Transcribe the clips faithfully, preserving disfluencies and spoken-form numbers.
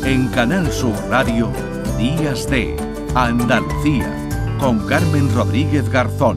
En Canal Sur Radio, Días de Andalucía, con Carmen Rodríguez Garzón.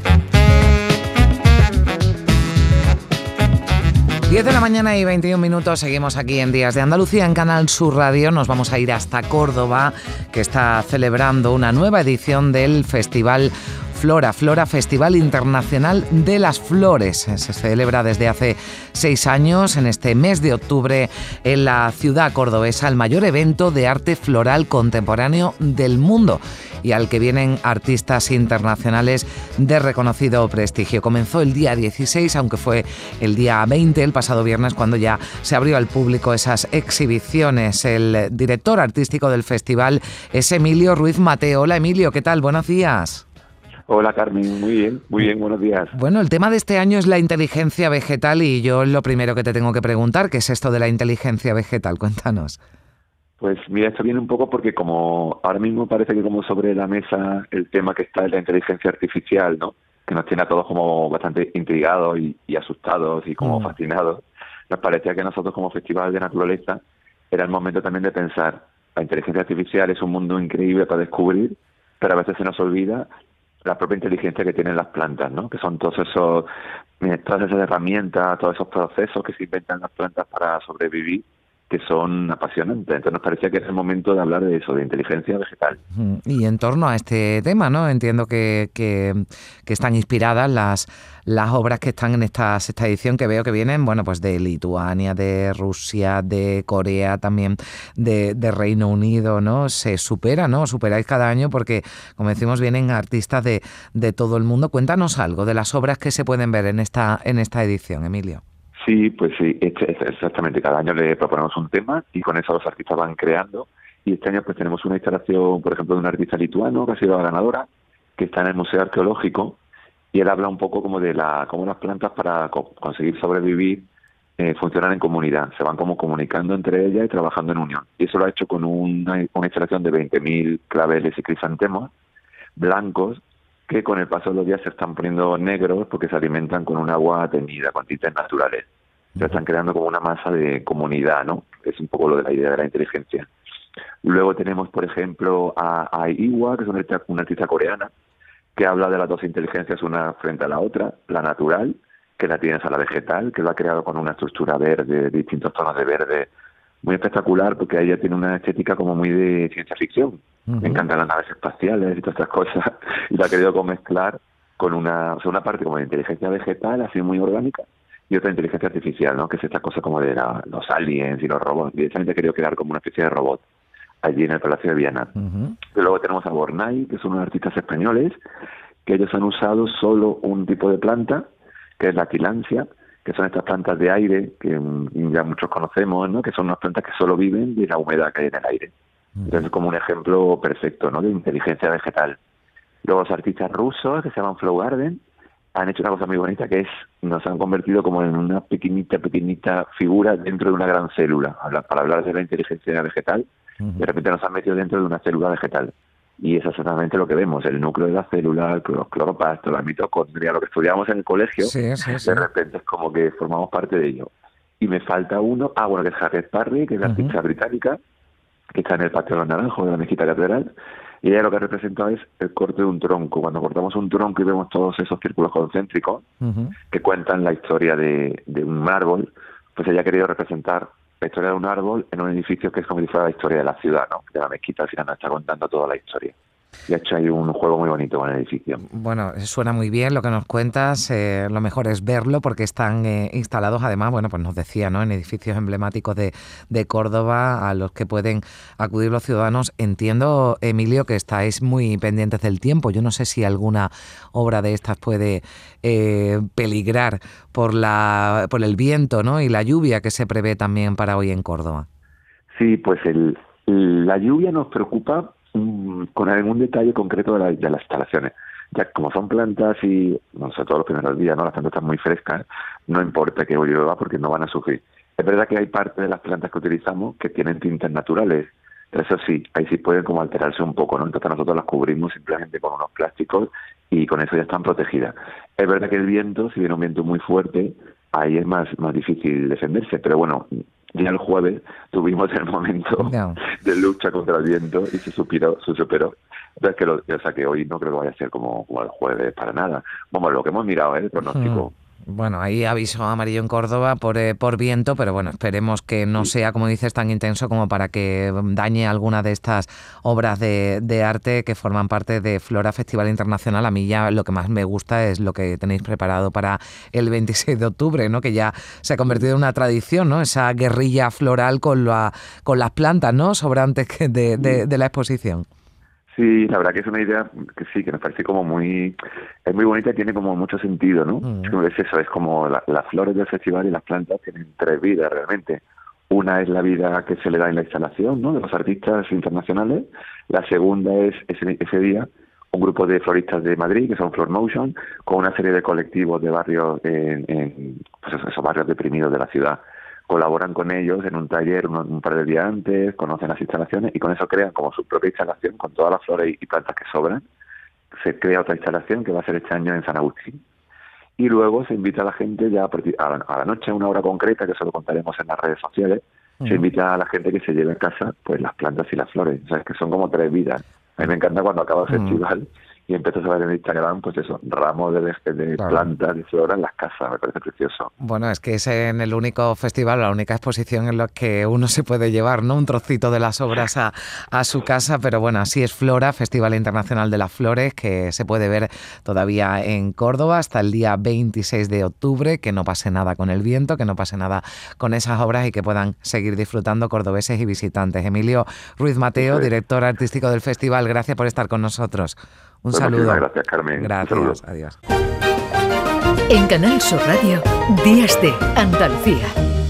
diez de la mañana y veintiún minutos, seguimos aquí en Días de Andalucía en Canal Sur Radio. Nos vamos a ir hasta Córdoba, que está celebrando una nueva edición del Festival Flora, Flora Festival Internacional de las Flores. Se celebra desde hace seis años, en este mes de octubre, en la ciudad cordobesa, el mayor evento de arte floral contemporáneo del mundo y al que vienen artistas internacionales de reconocido prestigio. Comenzó el día dieciséis, aunque fue el día veinte, el pasado viernes, cuando ya se abrió al público esas exhibiciones. El director artístico del festival es Emilio Ruiz Mateo. Hola Emilio, ¿qué tal? Buenos días. Hola Carmen, muy bien, muy bien, buenos días. Bueno, el tema de este año es la inteligencia vegetal y yo lo primero que te tengo que preguntar, ¿qué es esto de la inteligencia vegetal? Cuéntanos. Pues mira, esto viene un poco porque como ahora mismo parece que como sobre la mesa el tema que está es la inteligencia artificial, ¿no? Que nos tiene a todos como bastante intrigados y, y asustados y como mm. fascinados. Nos parecía que nosotros como Festival de Naturaleza era el momento también de pensar, la inteligencia artificial es un mundo increíble para descubrir, pero a veces se nos olvida la propia inteligencia que tienen las plantas, ¿no? Que son todos esos, todas esas herramientas, todos esos procesos que se inventan las plantas para sobrevivir, que son apasionantes. Entonces nos parecía que era el momento de hablar de eso, de inteligencia vegetal. Y en torno a este tema, ¿no? Entiendo que, que, que están inspiradas las, las obras que están en esta sexta edición, que veo que vienen, bueno, pues de Lituania, de Rusia, de Corea, también de, de Reino Unido, ¿no? Se supera, ¿no? Superáis cada año porque, como decimos, vienen artistas de, de todo el mundo. Cuéntanos algo de las obras que se pueden ver en esta, en esta edición, Emilio. Sí, pues sí, exactamente. Cada año le proponemos un tema y con eso los artistas van creando. Y este año pues tenemos una instalación, por ejemplo, de un artista lituano que ha sido la ganadora, que está en el Museo Arqueológico, y él habla un poco como de la cómo las plantas para co- conseguir sobrevivir eh, funcionan en comunidad, se van como comunicando entre ellas y trabajando en unión. Y eso lo ha hecho con una, una instalación de veinte mil claveles y crisantemos blancos, que con el paso de los días se están poniendo negros porque se alimentan con un agua teñida, con tintes naturales. Se están creando como una masa de comunidad, ¿no? Es un poco lo de la idea de la inteligencia. Luego tenemos, por ejemplo, a, a Iwa, que es una artista, una artista coreana, que habla de las dos inteligencias una frente a la otra, la natural, que la tienes a la vegetal, que lo ha creado con una estructura verde, distintos tonos de verde, muy espectacular, porque ella tiene una estética como muy de ciencia ficción. Uh-huh. Me encantan las naves espaciales y todas estas cosas, y la ha querido mezclar con una, o sea, una parte como de inteligencia vegetal, así muy orgánica, y otra inteligencia artificial, ¿no? Que es esta cosa como de la, los aliens y los robots. Directamente ha querido crear como una especie de robot allí en el Palacio de Viana. Uh-huh. Y luego tenemos a Bornay, que son unos artistas españoles, que ellos han usado solo un tipo de planta, que es la quilancia, que son estas plantas de aire que ya muchos conocemos, ¿no? Que son unas plantas que solo viven de la humedad que hay en el aire. Entonces es como un ejemplo perfecto, ¿no? De inteligencia vegetal. Luego los artistas rusos, que se llaman Flow Garden, han hecho una cosa muy bonita, que es, nos han convertido como en una pequeñita, pequeñita figura dentro de una gran célula. Para hablar de la inteligencia vegetal, uh-huh. De repente nos han metido dentro de una célula vegetal. Y es exactamente lo que vemos, el núcleo de la célula, los cloroplastos, la mitocondria, lo que estudiamos en el colegio, sí, sí, sí. De repente es como que formamos parte de ello. Y me falta uno, ah, bueno, que es Harriet Parry, que es la uh-huh. artista británica, que está en el Patio de los Naranjos de la Mezquita Catedral, y ella lo que representa es el corte de un tronco. Cuando cortamos un tronco y vemos todos esos círculos concéntricos uh-huh. que cuentan la historia de, de un árbol, pues ella ha querido representar la historia de un árbol en un edificio que es como si fuera la historia de la ciudad, ¿no? De la mezquita, al final nos está contando toda la historia. Y ha hecho ahí un juego muy bonito con el edificio. Bueno, suena muy bien lo que nos cuentas, eh, lo mejor es verlo porque están eh, instalados, además, bueno, pues nos decía, ¿no? En edificios emblemáticos de, de Córdoba a los que pueden acudir los ciudadanos. Entiendo, Emilio, que estáis muy pendientes del tiempo. Yo no sé si alguna obra de estas puede eh, peligrar por la por el viento, ¿no? Y la lluvia que se prevé también para hoy en Córdoba. Sí, pues el, la lluvia nos preocupa con algún detalle concreto de, la, de las instalaciones. Ya como son plantas y, no sé, todos los primeros días, ¿no? Las plantas están muy frescas, no importa que llueva porque no van a sufrir. Es verdad que hay parte de las plantas que utilizamos que tienen tintes naturales. Eso sí, ahí sí pueden como alterarse un poco, ¿no? Entonces nosotros las cubrimos simplemente con unos plásticos y con eso ya están protegidas. Es verdad que el viento, si viene un viento muy fuerte, ahí es más, más difícil defenderse, pero bueno, Ya el jueves tuvimos el momento no. de lucha contra el viento y se superó, se superó. Entonces, que lo, o sea, que hoy no creo que vaya a ser como, como el jueves para nada. Vamos, lo que hemos mirado, ¿eh? El pronóstico. Hmm. Bueno, ahí aviso amarillo en Córdoba por, eh, por viento, pero bueno, esperemos que no sea, como dices, tan intenso como para que dañe alguna de estas obras de, de arte que forman parte de Flora Festival Internacional. A mí ya lo que más me gusta es lo que tenéis preparado para el veintiséis de octubre, ¿no? Que ya se ha convertido en una tradición, ¿no? Esa guerrilla floral con, la, con las plantas, ¿no? Sobrantes de, de, de la exposición. Sí, la verdad que es una idea que sí, que nos parece como muy, es muy bonita y tiene como mucho sentido, ¿no? Mm. Es, como es eso, es como la, las flores del festival y las plantas tienen tres vidas realmente. Una es la vida que se le da en la instalación, ¿no? De los artistas internacionales. La segunda es ese, ese día un grupo de floristas de Madrid, que son Flor Motion, con una serie de colectivos de barrios, en, en pues esos barrios deprimidos de la ciudad. Colaboran con ellos en un taller un, un par de días antes, conocen las instalaciones y con eso crean como su propia instalación con todas las flores y plantas que sobran. Se crea otra instalación que va a ser este año en San Agustín. Y luego se invita a la gente ya a, partir, a, la, a la noche, a una hora concreta, que eso lo contaremos en las redes sociales, uh-huh. Se invita a la gente que se lleve a casa pues las plantas y las flores. O sea, es que son como tres vidas. A mí me encanta cuando acaba el uh-huh. festival y empiezo a ver en Instagram, pues eso, ramos de, de claro. plantas y flores en las casas, me parece precioso. Bueno, es que es en el único festival, la única exposición en la que uno se puede llevar, ¿no? Un trocito de las obras a, a su casa, pero bueno, así es Flora, Festival Internacional de las Flores, que se puede ver todavía en Córdoba hasta el día veintiséis de octubre, que no pase nada con el viento, que no pase nada con esas obras y que puedan seguir disfrutando cordobeses y visitantes. Emilio Ruiz Mateo, sí. director artístico del festival, gracias por estar con nosotros. Un pues saludo. Gracias, Carmen. Gracias. Adiós. En Canal Sur Radio, Días de Andalucía.